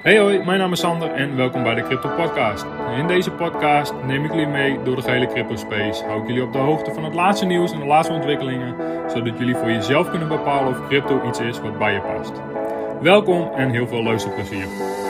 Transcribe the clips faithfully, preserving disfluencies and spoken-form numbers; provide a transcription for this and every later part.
Hey hoi, mijn naam is Sander en welkom bij de Crypto Podcast. In deze podcast neem ik jullie mee door de gehele crypto space. Hou ik jullie op de hoogte van het laatste nieuws en de laatste ontwikkelingen, zodat jullie voor jezelf kunnen bepalen of crypto iets is wat bij je past. Welkom en heel veel luisterplezier.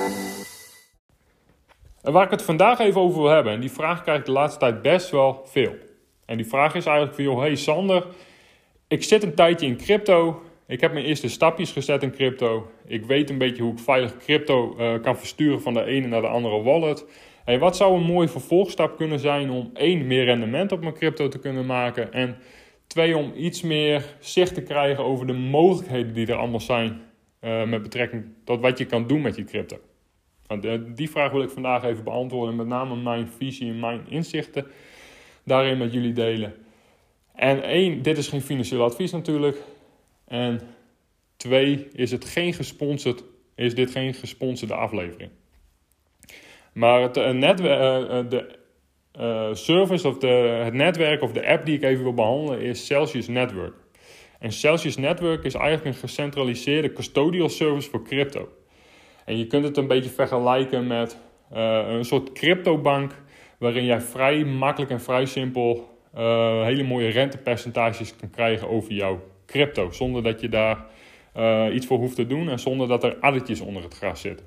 En waar ik het vandaag even over wil hebben, en die vraag krijg ik de laatste tijd best wel veel. En die vraag is eigenlijk van, joh, hey Sander, ik zit een tijdje in crypto. Ik heb mijn eerste stapjes gezet in crypto. Ik weet een beetje hoe ik veilig crypto uh, kan versturen van de ene naar de andere wallet. Hey, wat zou een mooie vervolgstap kunnen zijn om één, meer rendement op mijn crypto te kunnen maken. En twee, om iets meer zicht te krijgen over de mogelijkheden die er allemaal zijn uh, met betrekking tot wat je kan doen met je crypto. Nou, de, die vraag wil ik vandaag even beantwoorden. Met name mijn visie en mijn inzichten daarin met jullie delen. En één, dit is geen financieel advies natuurlijk. En twee, is het geen gesponsord, is dit geen gesponsorde aflevering. Maar het, uh, netwer- uh, de uh, service of de, het netwerk of de app die ik even wil behandelen is Celsius Network. En Celsius Network is eigenlijk een gecentraliseerde custodial service voor crypto. En je kunt het een beetje vergelijken met uh, een soort cryptobank waarin jij vrij makkelijk en vrij simpel uh, hele mooie rentepercentages kan krijgen over jouw crypto, zonder dat je daar uh, iets voor hoeft te doen en zonder dat er addertjes onder het gras zitten.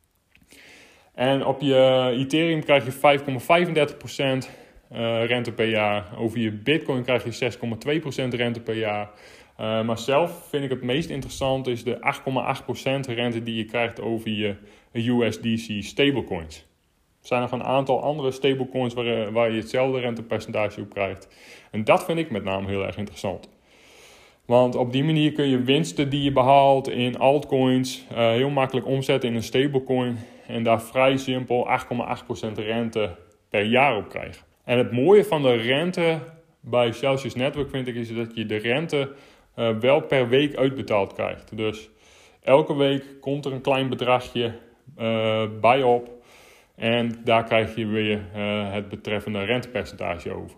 En op je Ethereum krijg je vijf komma vijfendertig procent uh, rente per jaar. Over je Bitcoin krijg je zes komma twee procent rente per jaar. Uh, maar zelf vind ik het meest interessant is de acht komma acht procent rente die je krijgt over je U S D C stablecoins. Er zijn nog een aantal andere stablecoins waar, waar je hetzelfde rentepercentage op krijgt. En dat vind ik met name heel erg interessant. Want op die manier kun je winsten die je behaalt in altcoins uh, heel makkelijk omzetten in een stablecoin. En daar vrij simpel acht komma acht procent rente per jaar op krijgen. En het mooie van de rente bij Celsius Network vind ik is dat je de rente uh, wel per week uitbetaald krijgt. Dus elke week komt er een klein bedragje uh, bij op. En daar krijg je weer uh, het betreffende rentepercentage over.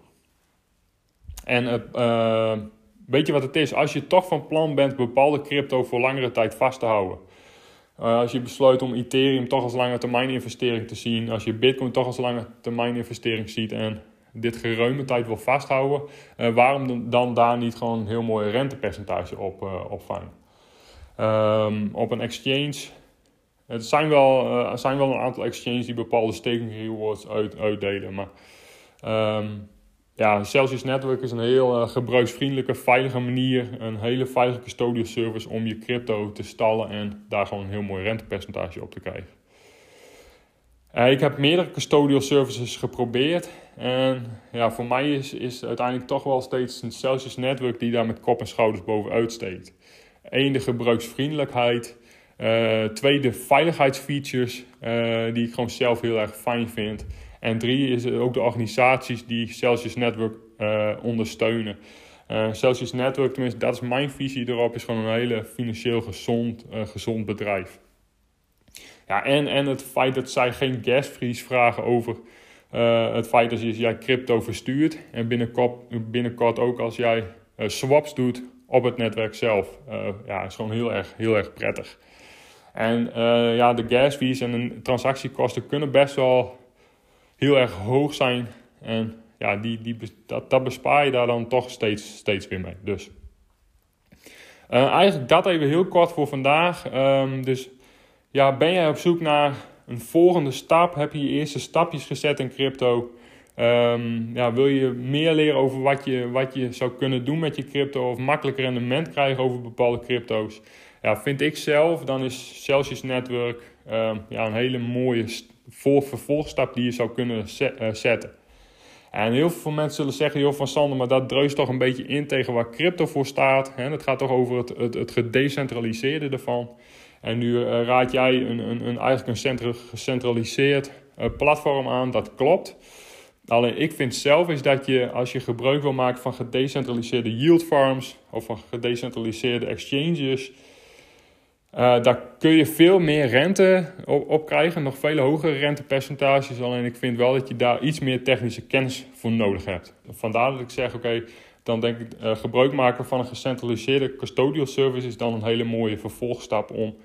En het... Uh, Weet je wat het is? Als je toch van plan bent bepaalde crypto voor langere tijd vast te houden. Uh, als je besluit om Ethereum toch als lange termijn investering te zien. Als je Bitcoin toch als lange termijn investering ziet en dit geruime tijd wil vasthouden. Uh, waarom dan daar niet gewoon een heel mooi rentepercentage op uh, opvangen? Um, op een exchange. Er zijn wel, uh, er zijn wel een aantal exchanges die bepaalde staking rewards uit, uitdelen. Maar... Um, Ja, Celsius Network is een heel uh, gebruiksvriendelijke, veilige manier. Een hele veilige custodial service om je crypto te stallen en daar gewoon een heel mooi rentepercentage op te krijgen. Uh, ik heb meerdere custodial services geprobeerd. En ja, voor mij is, is uiteindelijk toch wel steeds een Celsius Network die daar met kop en schouders bovenuit steekt. Eén, de gebruiksvriendelijkheid. Uh, twee, de veiligheidsfeatures uh, die ik gewoon zelf heel erg fijn vind. En drie is ook de organisaties die Celsius Network uh, ondersteunen. Uh, Celsius Network, tenminste dat is mijn visie erop, is gewoon een hele financieel gezond, uh, gezond bedrijf. Ja, en, en het feit dat zij geen gasfees vragen over uh, het feit dat jij crypto verstuurt. En binnenkort, binnenkort ook als jij uh, swaps doet op het netwerk zelf. Uh, ja, is gewoon heel erg, heel erg prettig. En uh, ja, de gasfees en de transactiekosten kunnen best wel heel erg hoog zijn. En ja, die, die, dat, dat bespaar je daar dan toch steeds, steeds weer mee. Dus uh, eigenlijk dat even heel kort voor vandaag. Um, dus ja, ben jij op zoek naar een volgende stap? Heb je je eerste stapjes gezet in crypto? Um, ja, wil je meer leren over wat je, wat je zou kunnen doen met je crypto? Of makkelijk rendement krijgen over bepaalde crypto's? Ja, vind ik zelf, dan is Celsius Network um, ja, een hele mooie voor vervolgstap die je zou kunnen zetten. En heel veel mensen zullen zeggen, joh van Sander, maar dat druist toch een beetje in tegen waar crypto voor staat. Het gaat toch over het, het, het gedecentraliseerde ervan. En nu uh, raad jij een, een, een, eigenlijk een centra- gecentraliseerd uh, platform aan, dat klopt. Alleen ik vind zelf is dat je, als je gebruik wil maken van gedecentraliseerde yield farms of van gedecentraliseerde exchanges, Uh, daar kun je veel meer rente op, op krijgen, nog veel hogere rentepercentages. Alleen ik vind wel dat je daar iets meer technische kennis voor nodig hebt. Vandaar dat ik zeg, oké, okay, dan denk ik uh, gebruik maken van een gecentraliseerde custodial service is dan een hele mooie vervolgstap om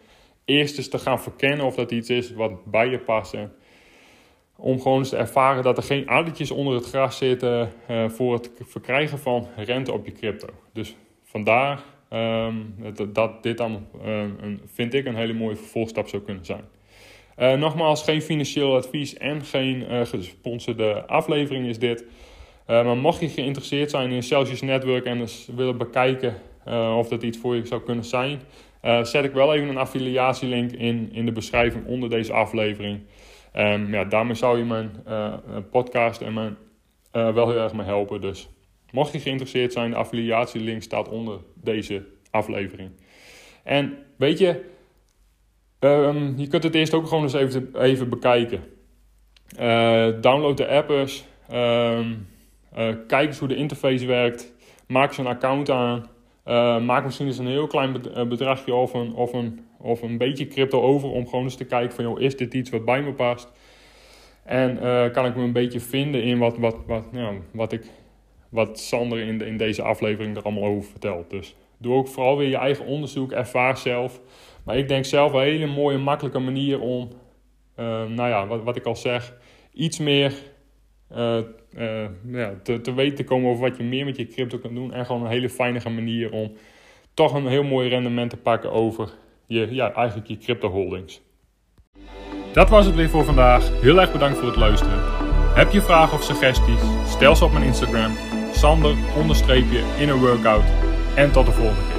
eerst eens te gaan verkennen of dat iets is wat bij je past. En om gewoon eens te ervaren dat er geen addertjes onder het gras zitten uh, voor het verkrijgen van rente op je crypto. Dus vandaar um, dat, dat dit dan uh, een, vind ik een hele mooie vervolgstap zou kunnen zijn. Uh, nogmaals, geen financieel advies en geen uh, gesponsorde aflevering is dit. Uh, maar mocht je geïnteresseerd zijn in Celsius Network en eens willen bekijken uh, of dat iets voor je zou kunnen zijn, uh, zet ik wel even een affiliatielink in, in de beschrijving onder deze aflevering. Um, ja, daarmee zou je mijn uh, podcast en mijn, uh, wel heel erg mee helpen. Dus mocht je geïnteresseerd zijn, de affiliatielink staat onder deze aflevering. En weet je, um, je kunt het eerst ook gewoon eens even, even bekijken. Uh, download de app eens. Um, uh, kijk eens hoe de interface werkt. Maak eens een account aan. Uh, maak misschien eens een heel klein bedragje of een, of, een, of een beetje crypto over om gewoon eens te kijken van, joh, is dit iets wat bij me past? En uh, kan ik me een beetje vinden in wat, wat, wat, ja, wat, ik, wat Sander in, de, in deze aflevering er allemaal over vertelt. Dus doe ook vooral weer je eigen onderzoek, ervaar zelf. Maar ik denk zelf een hele mooie, makkelijke manier om, uh, nou ja, wat, wat ik al zeg, iets meer Uh, uh, ja, te, te weten te komen over wat je meer met je crypto kan doen. En gewoon een hele fijne manier om toch een heel mooi rendement te pakken over je, ja, eigenlijk je crypto holdings. Dat was het weer voor vandaag. Heel erg bedankt voor het luisteren. Heb je vragen of suggesties? Stel ze op mijn Instagram. Sander onderstreepje in een workout. En tot de volgende keer.